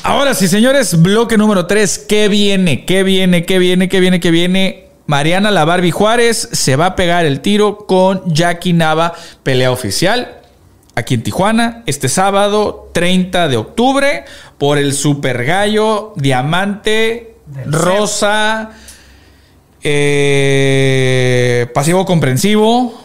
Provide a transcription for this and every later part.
Ahora sí, señores, bloque número 3. ¿Qué viene? Mariana la Barbie Juárez se va a pegar el tiro con Jackie Nava. Pelea oficial aquí en Tijuana este sábado 30 de octubre por el Super Gallo Diamante Rosa Pasivo Comprensivo.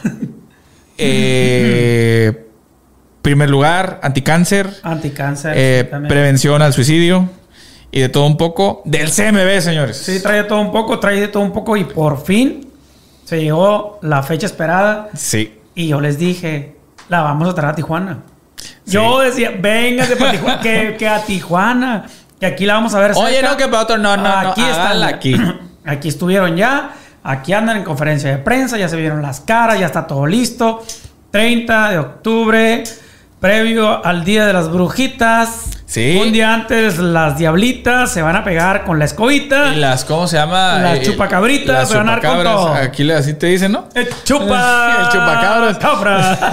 Primer lugar, anticáncer, prevención al suicidio y de todo un poco del CMB, señores. Sí, trae de todo un poco y por fin se llegó la fecha esperada. Sí. Y yo les dije, la vamos a traer a Tijuana. Sí. Yo decía, véngase para Tijuana, que a Tijuana, que aquí la vamos a ver cerca. Oye, no, que para otro, no, aquí están, aquí. Aquí estuvieron ya, aquí andan en conferencia de prensa, ya se vieron las caras, ya está todo listo. 30 de octubre, previo al Día de las Brujitas. Sí. Un día antes, las diablitas se van a pegar con la escobita. Y las, ¿cómo se llama? Las chupacabritas se van a dar con todo. Aquí así te dicen, ¿no? El chupacabras. Cabra.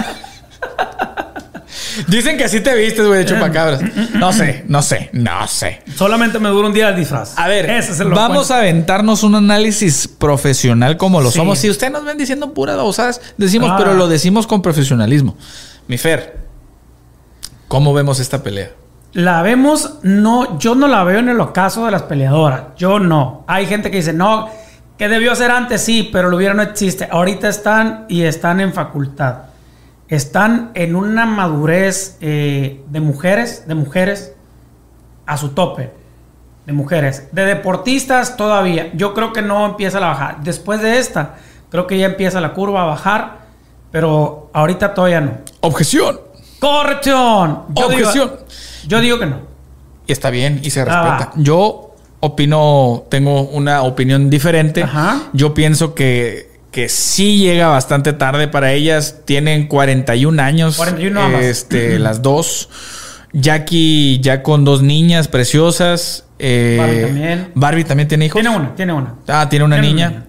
Dicen que así te vistes, güey, de chupacabras. No sé. Solamente me dura un día el disfraz. A ver, ese es vamos a aventarnos un análisis profesional como lo somos. Si ustedes nos ven diciendo puras babosadas, decimos, pero lo decimos con profesionalismo. Mi Fer, ¿cómo vemos esta pelea? La vemos, no, yo no la veo en el ocaso de las peleadoras. Yo no. Hay gente que dice, no, que debió ser antes, sí, pero lo hubiera no existe. Ahorita están en facultad. Están en una madurez de mujeres a su tope. De mujeres. De deportistas todavía. Yo creo que no empieza la bajada. Después de esta, creo que ya empieza la curva a bajar. Pero ahorita todavía no. Objeción. Corrección. Yo digo que no. Y está bien y se respeta. Yo opino, tengo una opinión diferente. Ajá. Yo pienso que sí llega bastante tarde para ellas. Tienen 41 años. 41 años. Las dos. Jackie ya con 2 niñas preciosas. Barbie también. Barbie también tiene hijos. Tiene una. Tiene una niña.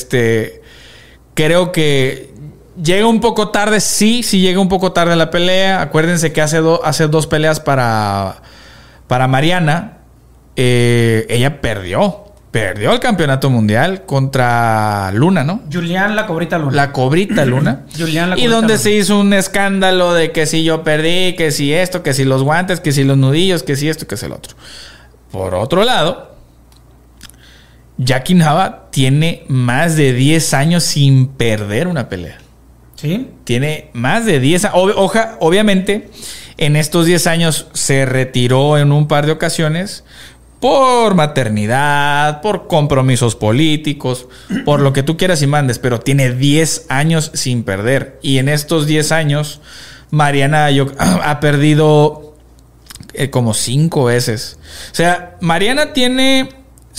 Creo que llega un poco tarde. Sí llega un poco tarde la pelea. Acuérdense que hace 2 peleas para Mariana. Ella perdió el campeonato mundial contra Luna, ¿no? Julián la Cobrita Luna. La Cobrita Luna. Julián la Cobrita y donde Luna. se hizo un escándalo de que si yo perdí, que si esto, que si los guantes, que si los nudillos, que si esto, que si el otro. Por otro lado, Jackie Nava tiene más de 10 años sin perder una pelea. ¿Sí? Tiene más de 10 años. Obviamente, en estos 10 años se retiró en un par de ocasiones por maternidad, por compromisos políticos, por lo que tú quieras y mandes, pero tiene 10 años sin perder. Y en estos 10 años, Mariana ha perdido como 5 veces. O sea, Mariana tiene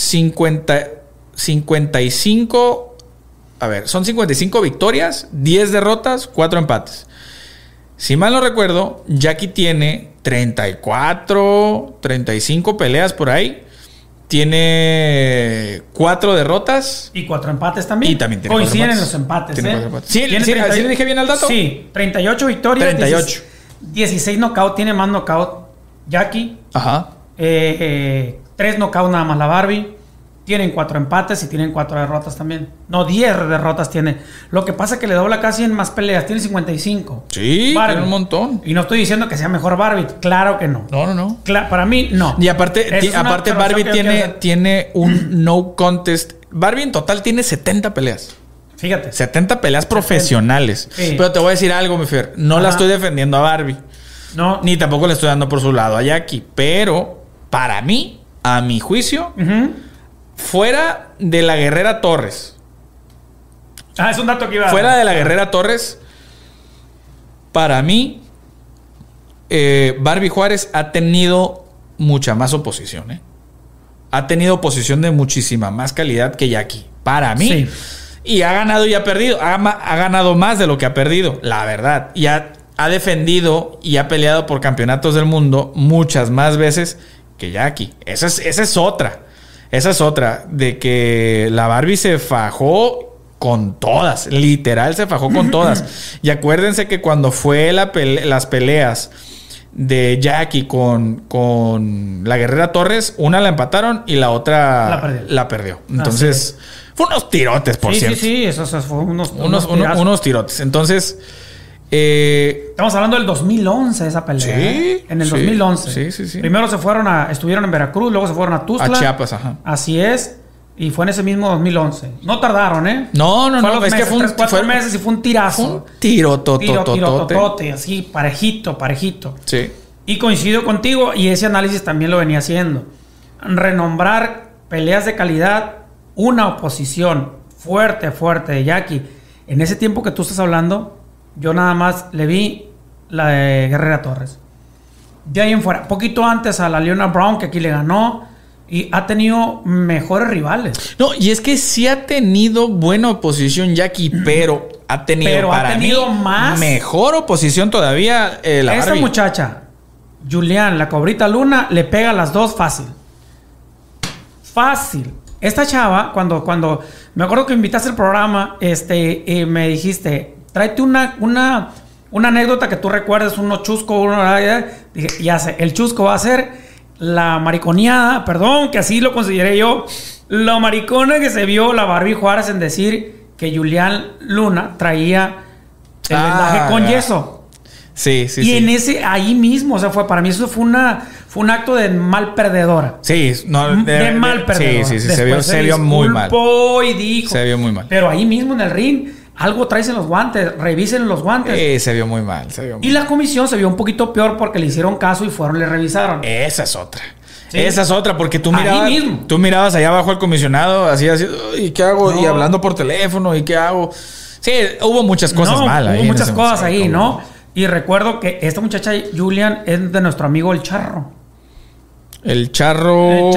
55... A ver, son 55 victorias, 10 derrotas, 4 empates. Si mal no recuerdo, Jackie tiene 34, 35 peleas por ahí. Tiene 4 derrotas. Y 4 empates también. Y también tiene coinciden en los empates. Tiene 4 empates. ¿Sí le dije bien al dato? Sí, 38 victorias. 38. 16 knockout, tiene más knockout Jackie. Ajá. 3 knockout nada más la Barbie. Tienen 4 empates y tienen 4 derrotas también. No, 10 derrotas tiene. Lo que pasa es que le dobla casi en más peleas. Tiene 55. Sí, Barbie. tiene un montón. Y no estoy diciendo que sea mejor Barbie. Claro que no. No. Para mí, no. Y aparte Barbie tiene un no contest. Barbie en total tiene 70 peleas. Fíjate. 70 peleas profesionales. Sí. Pero te voy a decir algo, mi Fer. No la estoy defendiendo a Barbie. No. Ni tampoco le estoy dando por su lado a Jackie. Pero para mí, a mi juicio... Fuera de la Guerrera Torres. Es un dato que iba. Fuera de la Guerrera Torres, para mí, Barbie Juárez ha tenido mucha más oposición. Ha tenido oposición de muchísima más calidad que Jackie. Para mí. Sí. Y ha ganado y ha perdido. Ha ganado más de lo que ha perdido, la verdad. Y ha defendido y ha peleado por campeonatos del mundo muchas más veces que Jackie. Esa es otra. Esa es otra, de que la Barbie se fajó con todas, literal se fajó con todas. Y acuérdense que cuando fue las peleas de Jackie con la Guerrera Torres, una la empataron y la otra la perdió. Entonces, fue unos tirotes, por cierto. Sí, eso fue unos tirotes. Entonces, estamos hablando del 2011, esa pelea. Sí. En el 2011. Sí. Primero estuvieron en Veracruz, luego se fueron a Tuxtla. A Chiapas, ajá. Así es. Y fue en ese mismo 2011. No tardaron, ¿eh? No. Es que fue 4 meses y fue un tirazo. Fue un tirotototote. Así, parejito. Sí. Y coincido contigo, y ese análisis también lo venía haciendo. Renombrar peleas de calidad, una oposición fuerte de Jackie. En ese tiempo que tú estás hablando, yo nada más le vi la de Guerrera Torres. De ahí en fuera, poquito antes a la Leona Brown, que aquí le ganó. Y ha tenido mejores rivales. No, y es que sí ha tenido buena oposición Jackie, pero ha tenido más mejor oposición todavía la Esta Barbie. Muchacha, Julián, la Cobrita Luna, le pega a las dos fácil. Esta chava, cuando me acuerdo que invitaste al programa, me dijiste, tráete una anécdota que tú recuerdes, uno chusco, dije, ya sé, el chusco va a ser la mariconeada, perdón, que así lo consideré yo, la maricona que se vio la Barbie Juárez en decir que Julián Luna traía el vendaje con yeso. Sí. Y en ahí mismo, o sea, para mí eso fue un acto de mal perdedora. Sí, de mal perdedora. Sí, se vio muy mal. Y dijo. Se vio muy mal. Pero ahí mismo en el ring, algo traes en los guantes, revisen los guantes. Se vio muy mal, Y la comisión se vio un poquito peor porque le hicieron caso y le revisaron. Esa es otra. Sí. Esa es otra, porque tú mirabas allá abajo al comisionado, así, ¿y qué hago? No. Y hablando por teléfono, ¿y qué hago? Sí, hubo muchas cosas malas. Hubo muchas cosas ahí, ¿no? Y recuerdo que esta muchacha, Julian, es de nuestro amigo El Charro. El Charro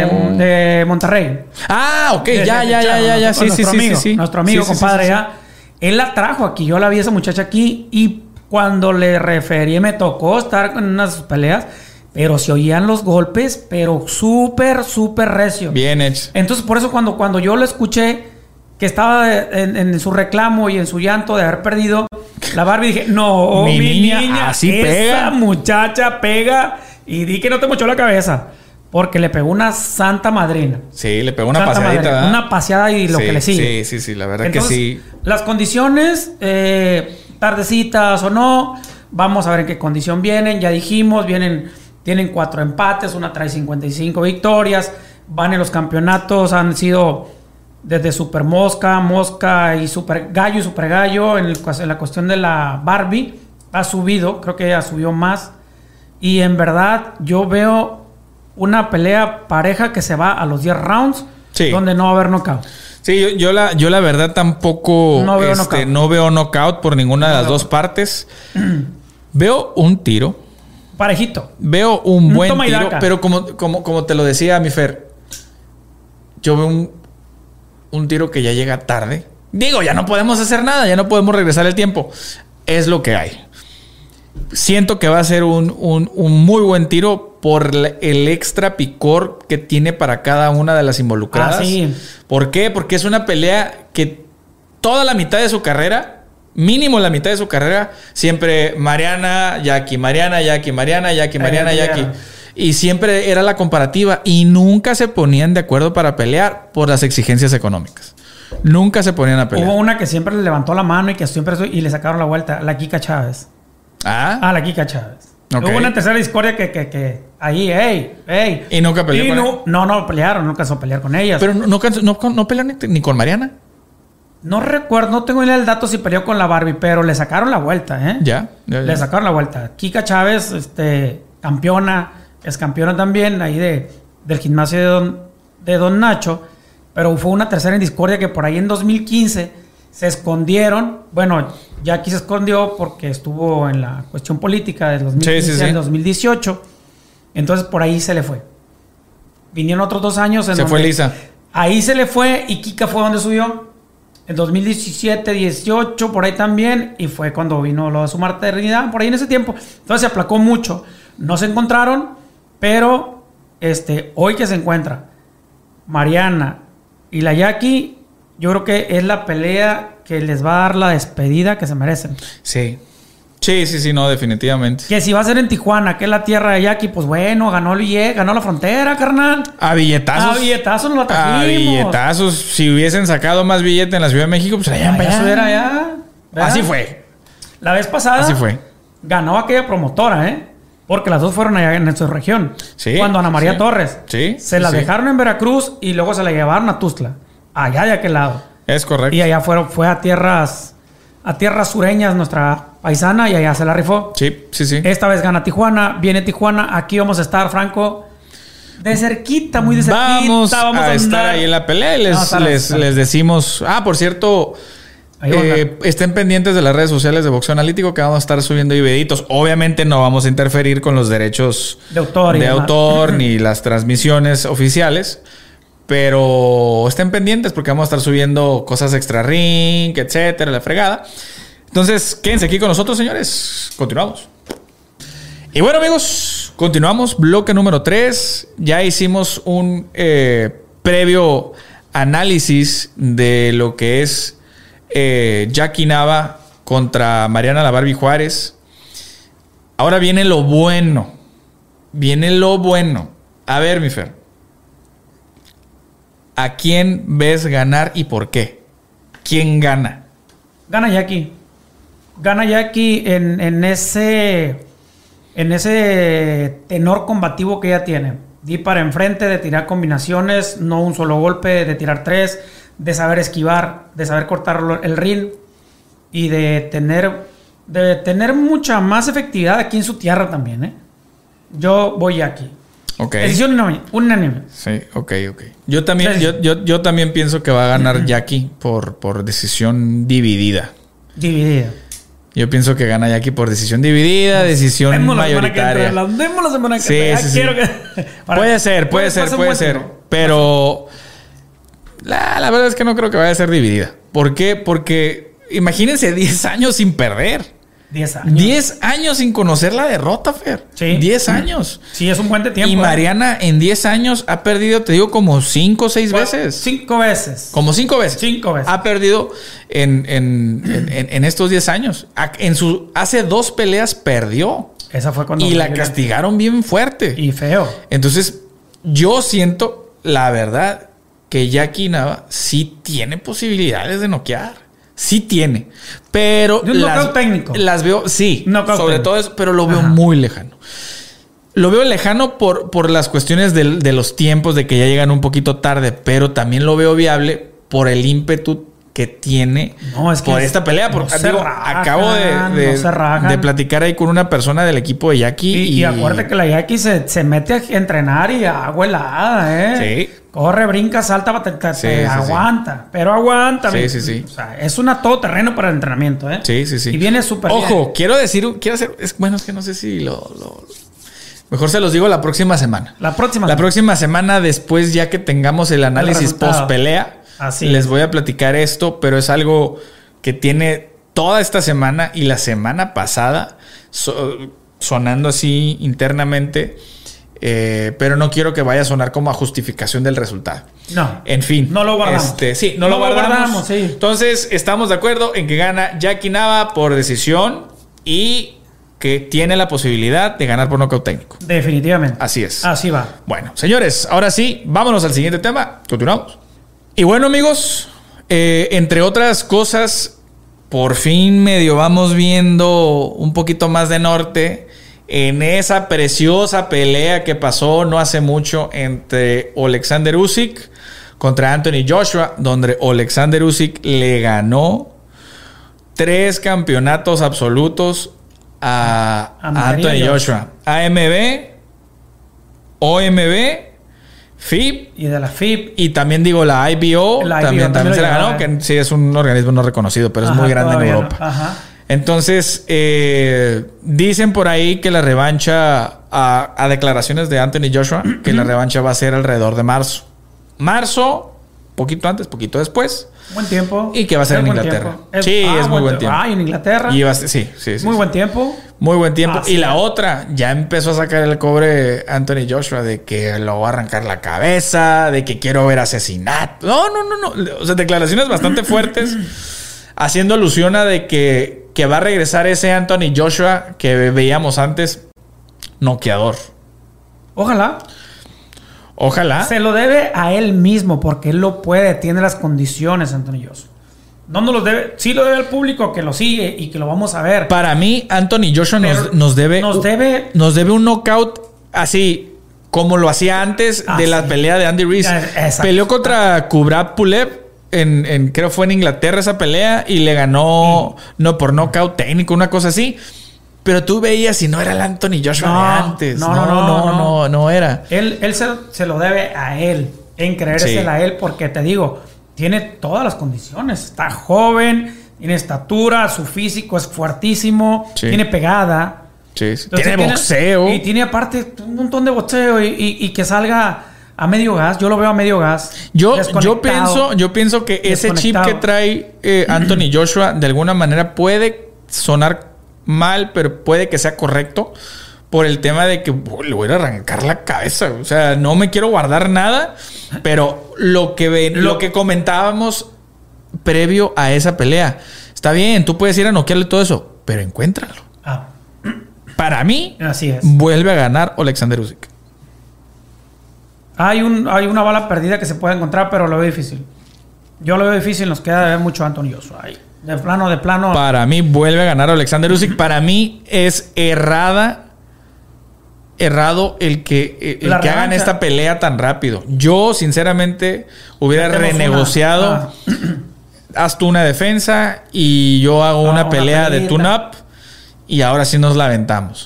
de Monterrey. Ah, ok, ya. Sí. Nuestro amigo, compadre, ya. Él la trajo aquí. Yo la vi a esa muchacha aquí y cuando le referí me tocó estar en unas peleas, pero se oían los golpes, pero súper recio. Bien hecho. Entonces, por eso cuando yo lo escuché, que estaba en su reclamo y en su llanto de haber perdido, la Barbie, dije, no, mi niña, así esa pega. Muchacha pega. Y di que no te mochó la cabeza. Porque le pegó una santa madrina. Sí, le pegó una paseadita, ¿verdad? Una paseada y lo que le sigue. Sí, la verdad. Entonces, que sí. Las condiciones, tardecitas o no, vamos a ver en qué condición vienen. Ya dijimos, tienen 4 empates, una trae 55 victorias. Van en los campeonatos, han sido desde Super Mosca y Super Gallo. En la cuestión de la Barbie, ha subido, creo que ella subió más. Y en verdad, yo veo una pelea pareja que se va a los 10 rounds, donde no va a haber knockout. Sí, yo la verdad tampoco no veo knockout por ninguna de las dos partes. Veo un tiro. Parejito. Veo un buen tiro, pero como te lo decía mi Fer, yo veo un tiro que ya llega tarde. Digo, ya no podemos hacer nada, ya no podemos regresar el tiempo. Es lo que hay. Siento que va a ser un muy buen tiro por el extra picor que tiene para cada una de las involucradas. Sí. ¿Por qué? Porque es una pelea que toda la mitad de su carrera, mínimo la mitad de su carrera, siempre Mariana, Jackie. Y siempre era la comparativa y nunca se ponían de acuerdo para pelear por las exigencias económicas. Nunca se ponían a pelear. Hubo una que siempre le levantó la mano y le sacaron la vuelta, la Kika Chávez. La Kika Chávez. Okay. Hubo una tercera discordia que ahí, ey. ¿Y nunca peleó con No pelearon, no cansó a pelear con ellas. Pero no pelearon ni con Mariana. No recuerdo, no tengo idea del dato si peleó con la Barbie, pero le sacaron la vuelta, ¿eh? Ya. Le sacaron la vuelta. Kika Chávez, campeona, es campeona también ahí del gimnasio de Don Nacho, pero fue una tercera en discordia que por ahí en 2015 se escondieron. Bueno, Jackie se escondió porque estuvo en la cuestión política de 2015 al 2018. Entonces por ahí se le fue. Vinieron otros 2 años. Se fue lisa. Ahí se le fue y Kika fue donde subió. En 2017, 18, por ahí también. Y fue cuando vino lo de su maternidad, por ahí en ese tiempo. Entonces se aplacó mucho. No se encontraron, pero hoy que se encuentra Mariana y la Jackie, yo creo que es la pelea que les va a dar la despedida que se merecen. Sí. Sí, no, definitivamente. Que si va a ser en Tijuana, que es la tierra de Jackie, pues bueno, ganó la frontera, carnal. A billetazos. A billetazos nos lo trajimos. A billetazos. Si hubiesen sacado más billete en la Ciudad de México, pues allá para Eso allá. era allá. ¿Verdad? Así fue. La vez pasada. Así fue. Ganó aquella promotora, ¿eh? Porque las dos fueron allá en nuestra región. Sí. Cuando Ana María Torres. Sí. Se la dejaron en Veracruz y luego se la llevaron a Tuxtla. Allá de aquel lado. Es correcto. Y allá fue a tierras sureñas nuestra paisana y allá se la rifó. Sí. Esta vez gana Tijuana, viene Tijuana, aquí vamos a estar, Franco, de cerquita, muy de cerquita. Vamos a estar ahí en la pelea y les decimos... por cierto, estén pendientes de las redes sociales de Boxeo Analítico, que vamos a estar subiendo videitos. Obviamente no vamos a interferir con los derechos de autor ni las transmisiones oficiales. Pero estén pendientes porque vamos a estar subiendo cosas extra ring, etcétera, la fregada. Entonces, quédense aquí con nosotros, señores. Continuamos. Y bueno, amigos, continuamos. Bloque número 3. Ya hicimos un previo análisis de lo que es Jackie Nava contra Mariana La Barbie Juárez. Ahora viene lo bueno. A ver, mi Fer. ¿A quién ves ganar y por qué? ¿Quién gana? Gana Jackie. Gana Jackie en ese tenor combativo que ella tiene. De ir para enfrente, de tirar combinaciones, no un solo golpe, de tirar 3, de saber esquivar, de saber cortar el ring y de tener mucha más efectividad aquí en su tierra también, ¿eh? Yo voy Jackie. Okay. Decisión unánime. Sí, ok. Yo también pienso que va a ganar Jackie por decisión dividida. Yo pienso que gana Jackie por decisión dividida, decisión mayoritaria. Démoslo la semana que entra. Puede ser. Pero la verdad es que no creo que vaya a ser dividida. ¿Por qué? Porque imagínense 10 años sin perder. 10 años. 10 años sin conocer la derrota, Fer. Sí. 10 años. Sí, es un buen de tiempo. Y Mariana en 10 años ha perdido, te digo, como 5 o 6 veces. 5 veces. Como 5 veces. 5 veces. Ha perdido en estos 10 años. Hace 2 peleas perdió. Esa fue cuando... Y la castigaron bien fuerte. Y feo. Entonces, yo siento, la verdad, que Jackie Nava sí tiene posibilidades de noquear. Sí tiene, pero de un knockout técnico. Las veo, sí, knockout sobre técnico. todo eso, pero lo veo muy lejano. Lo veo lejano por las cuestiones de los tiempos, de que ya llegan un poquito tarde, pero también lo veo viable por el ímpetu que tiene por esta pelea. Porque acabo de platicar ahí con una persona del equipo de Jackie. Y acuérdate que la Jackie se mete a entrenar y agua helada, ¿eh? Sí. Corre, brinca, salta, aguanta. Pero aguanta. Sí. O sea, es una todoterreno para el entrenamiento, ¿eh? Sí. Y viene súper bien. Ojo, quiero hacer... es que no sé si mejor se los digo la próxima semana. La próxima semana, después, ya que tengamos el análisis post-pelea, les voy a platicar esto, pero es algo que tiene toda esta semana y la semana pasada sonando así internamente. Pero no quiero que vaya a sonar como a justificación del resultado. No. En fin. No lo guardamos. No lo guardamos. Sí. Entonces, estamos de acuerdo en que gana Jackie Nava por decisión y que tiene la posibilidad de ganar por nocaut técnico. Definitivamente. Así es. Así va. Bueno, señores, ahora sí, vámonos al siguiente tema. Continuamos. Y bueno, amigos, entre otras cosas, por fin medio vamos viendo un poquito más de norte en esa preciosa pelea que pasó no hace mucho entre Alexander Usyk contra Anthony Joshua, donde Alexander Usyk le ganó 3 campeonatos absolutos a Anthony Joshua. AMB, OMB, FIB. Y de la FIB. Y también digo la IBO. También se la ganó, que sí es un organismo no reconocido, pero es muy grande en Europa. Ajá. Entonces, dicen por ahí que la revancha, a declaraciones de Anthony Joshua, que la revancha va a ser alrededor de marzo. Poquito antes, poquito después. Buen tiempo. Y que va a ser en Inglaterra. Es muy buen tiempo. En Inglaterra. Sí. Muy buen tiempo. Muy buen tiempo. Y la otra, ya empezó a sacar el cobre Anthony Joshua de que lo va a arrancar la cabeza, de que quiero ver asesinato. No. O sea, declaraciones bastante fuertes, haciendo alusión a de que que va a regresar ese Anthony Joshua que veíamos antes, noqueador. Ojalá. Ojalá. Se lo debe a él mismo porque él lo puede, tiene las condiciones, Anthony Joshua. No nos los debe, sí lo debe al público que lo sigue y que lo vamos a ver. Para mí, Anthony Joshua nos debe un knockout así como lo hacía antes de la pelea de Andy Ruiz. Peleó contra Kubrat Pulev creo fue en Inglaterra esa pelea y le ganó no por knockout técnico, una cosa así. Pero tú veías y no era el Anthony Joshua de antes. No era. Él se lo debe a él, en creérsela a él, porque te digo, tiene todas las condiciones. Está joven, tiene estatura, su físico es fuertísimo, tiene pegada. Sí. Entonces, tiene boxeo. Y tiene aparte un montón de boxeo y que salga a medio gas. Yo lo veo a medio gas. Yo pienso que ese chip que trae Anthony Joshua de alguna manera puede sonar mal, pero puede que sea correcto por el tema de que le voy a arrancar la cabeza. O sea, no me quiero guardar nada, pero lo que comentábamos previo a esa pelea, está bien, tú puedes ir a noquearle todo eso, pero encuéntralo. Para mí, así es. Vuelve a ganar Alexander Usyk. Hay una bala perdida que se puede encontrar, pero lo veo difícil. Yo lo veo difícil, nos queda de ver mucho a Anthony Joshua ahí. De plano. Para mí vuelve a ganar Alexander Usyk. Para mí es errado el que hagan esta pelea tan rápido. Yo, sinceramente, hubiera renegociado. Haz tú una defensa y yo hago una pelea de tune-up y ahora sí nos la aventamos.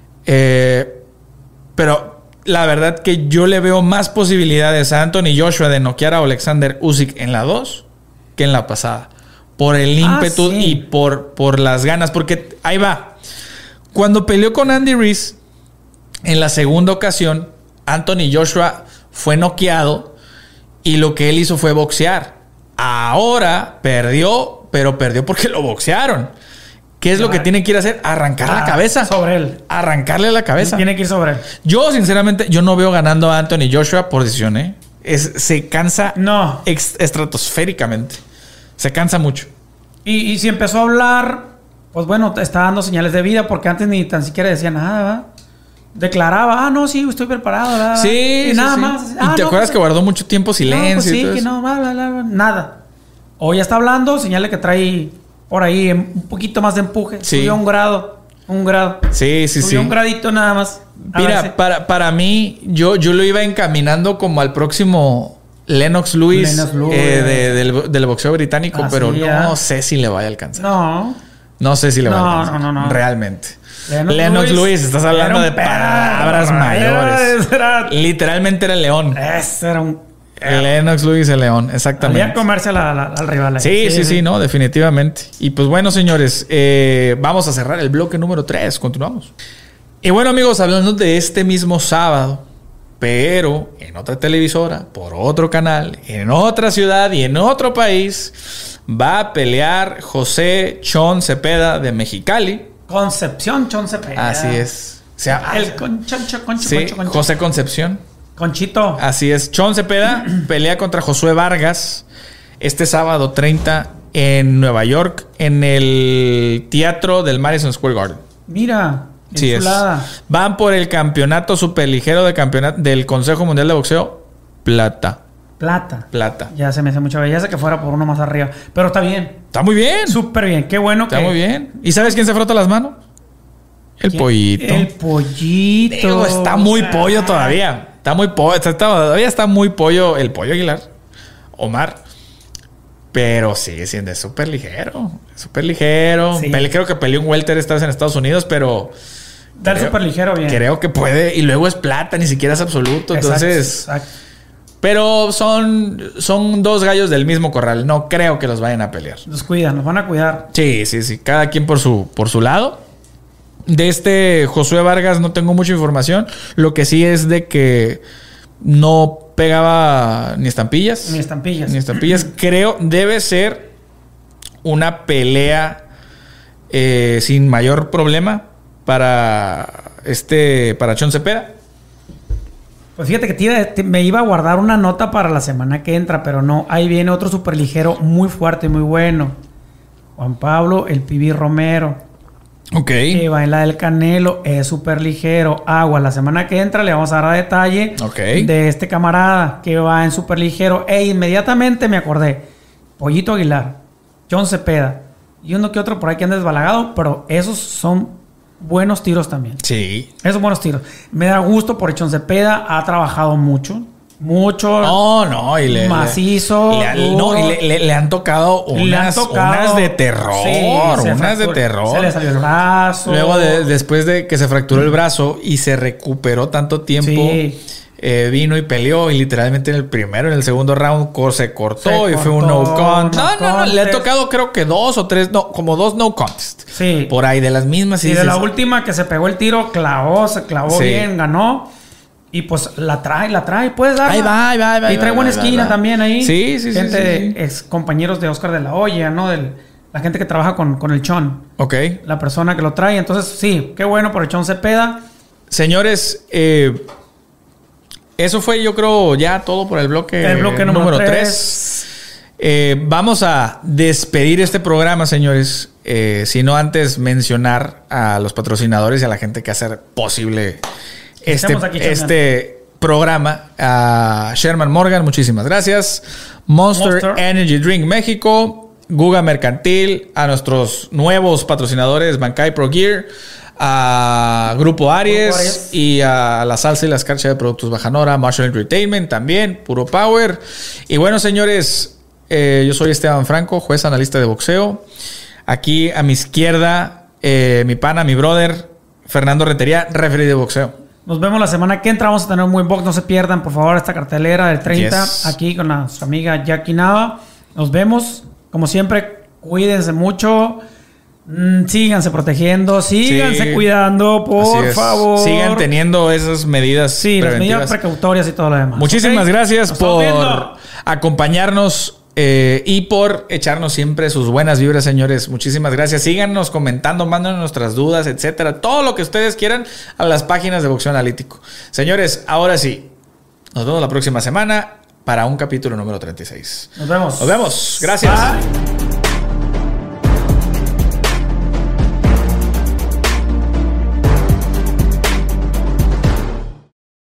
Pero la verdad que yo le veo más posibilidades a Anthony Joshua de noquear a Alexander Usyk en la 2 que en la pasada. Por el ímpetu y por las ganas. Porque ahí va. Cuando peleó con Andy Ruiz, en la segunda ocasión, Anthony Joshua fue noqueado y lo que él hizo fue boxear. Ahora perdió, pero perdió porque lo boxearon. ¿Qué es lo que tiene que ir a hacer? Arrancar la cabeza. Sobre él. Arrancarle la cabeza. Tiene que ir sobre él. Yo, sinceramente, no veo ganando a Anthony Joshua por decisión, ¿eh? Se cansa estratosféricamente. Se cansa mucho. Y si empezó a hablar, pues bueno, está dando señales de vida porque antes ni tan siquiera decía nada, ¿verdad? Declaraba, no, sí, estoy preparado, ¿verdad? Sí, y nada más. ¿Y te acuerdas que guardó mucho tiempo silencio? Pues sí, y todo que eso? Nada. Hoy ya está hablando, señale que trae por ahí un poquito más de empuje. Sí. Subió un grado. Sí. Subió un gradito nada más. Mira, para mí, yo lo iba encaminando como al próximo Lennox Lewis del boxeo británico, pero no sé si le vaya a alcanzar. No sé si le va a alcanzar. No. Realmente. Lennox Lewis, estás hablando de palabras mayores. Literalmente era el león. Ese era un... Lennox Lewis el león, exactamente. Había comerse al rival. Sí, no, definitivamente. Y pues bueno, señores, vamos a cerrar el bloque número 3. Continuamos. Y bueno, amigos, hablando de este mismo sábado, pero en otra televisora, por otro canal, en otra ciudad y en otro país, va a pelear José Chon Cepeda de Mexicali. Concepción Chon Cepeda. Así es. Concho. José Concepción. Conchito. Así es. Chon Cepeda pelea contra Josué Vargas este sábado 30 en Nueva York, en el teatro del Madison Square Garden. Mira. Sí es. Van por el campeonato superligero del Consejo Mundial de Boxeo. Plata. Ya se me hace mucha belleza que fuera por uno más arriba. Pero está bien. Está muy bien. Súper bien. Qué bueno Está muy bien. ¿Y sabes quién se frota las manos? El pollito. El pollito. Digo, está muy pollo todavía. Está muy pollo. Todavía está muy pollo el Pollo Aguilar. Omar. Pero sigue siendo súper ligero. Sí. Creo que peleó un welter esta vez en Estados Unidos, pero... Dar súper ligero bien. Creo que puede. Y luego es plata, ni siquiera es absoluto. Entonces... Exacto. Pero son dos gallos del mismo corral. No creo que los vayan a pelear. Nos van a cuidar. Sí. Cada quien por su lado. De este Josué Vargas no tengo mucha información. Lo que sí es de que no pegaba ni estampillas. Creo debe ser una pelea sin mayor problema para Chon Cepeda. Pues fíjate que me iba a guardar una nota para la semana que entra, pero no. Ahí viene otro superligero muy fuerte, muy bueno. Juan Pablo, el Pibi Romero. Ok. Que va en la del Canelo, es súper ligero. Agua, la semana que entra le vamos a dar a detalle de este camarada que va en súper ligero. E inmediatamente me acordé. Pollito Aguilar, John Cepeda y uno que otro por ahí que han desbalagado, pero esos son buenos tiros también. Sí. Esos buenos tiros. Me da gusto por John Cepeda, ha trabajado mucho. Macizo. Le han tocado unas de terror. Sí, unas de terror. Se le salió el brazo. Luego, después de que se fracturó el brazo y se recuperó tanto tiempo, vino y peleó. Y literalmente en el segundo round se cortó y fue un no contest. No. Le ha tocado creo que 2 o 3, como 2 no contest. Sí. Por ahí, de las mismas. Y de la última que se pegó el tiro, se clavó bien, ganó. Y pues la trae, puedes darla. Ahí va. Y trae buena esquina también ahí. Sí. Gente, ex compañeros de Oscar de la Hoya, ¿no? La gente que trabaja con el Chon. Ok. La persona que lo trae. Entonces, sí, qué bueno por el Chon Cepeda. Señores, eso fue, yo creo, ya todo por el bloque número 3. Vamos a despedir este programa, señores. Sino antes mencionar a los patrocinadores y a la gente que hace posible este programa. A Sherman Morgan, muchísimas gracias. Monster Energy Drink México, Guga Mercantil, a nuestros nuevos patrocinadores Bankai Pro Gear, a Grupo Aries y a la salsa y la escarcha de productos Bajanora, Marshall Entertainment también, Puro Power. Y bueno, señores, yo soy Esteban Franco, juez analista de boxeo. Aquí a mi izquierda, mi pana, mi brother, Fernando Rentería, referee de boxeo. Nos vemos la semana que entra. Vamos a tener un buen box. No se pierdan, por favor, esta cartelera del 30. Aquí con nuestra amiga Jackie Nava. Nos vemos. Como siempre, cuídense mucho. Síganse protegiendo. Síganse cuidando, por favor. Sigan teniendo esas medidas preventivas. Las medidas precautorias y todo lo demás. Muchísimas gracias por acompañarnos. Y por echarnos siempre sus buenas vibras, señores. Muchísimas gracias. Síganos comentando, mándanos nuestras dudas, etcétera. Todo lo que ustedes quieran a las páginas de Boxeo Analítico. Señores, ahora sí. Nos vemos la próxima semana para un capítulo número 36. Nos vemos. Gracias. Bye.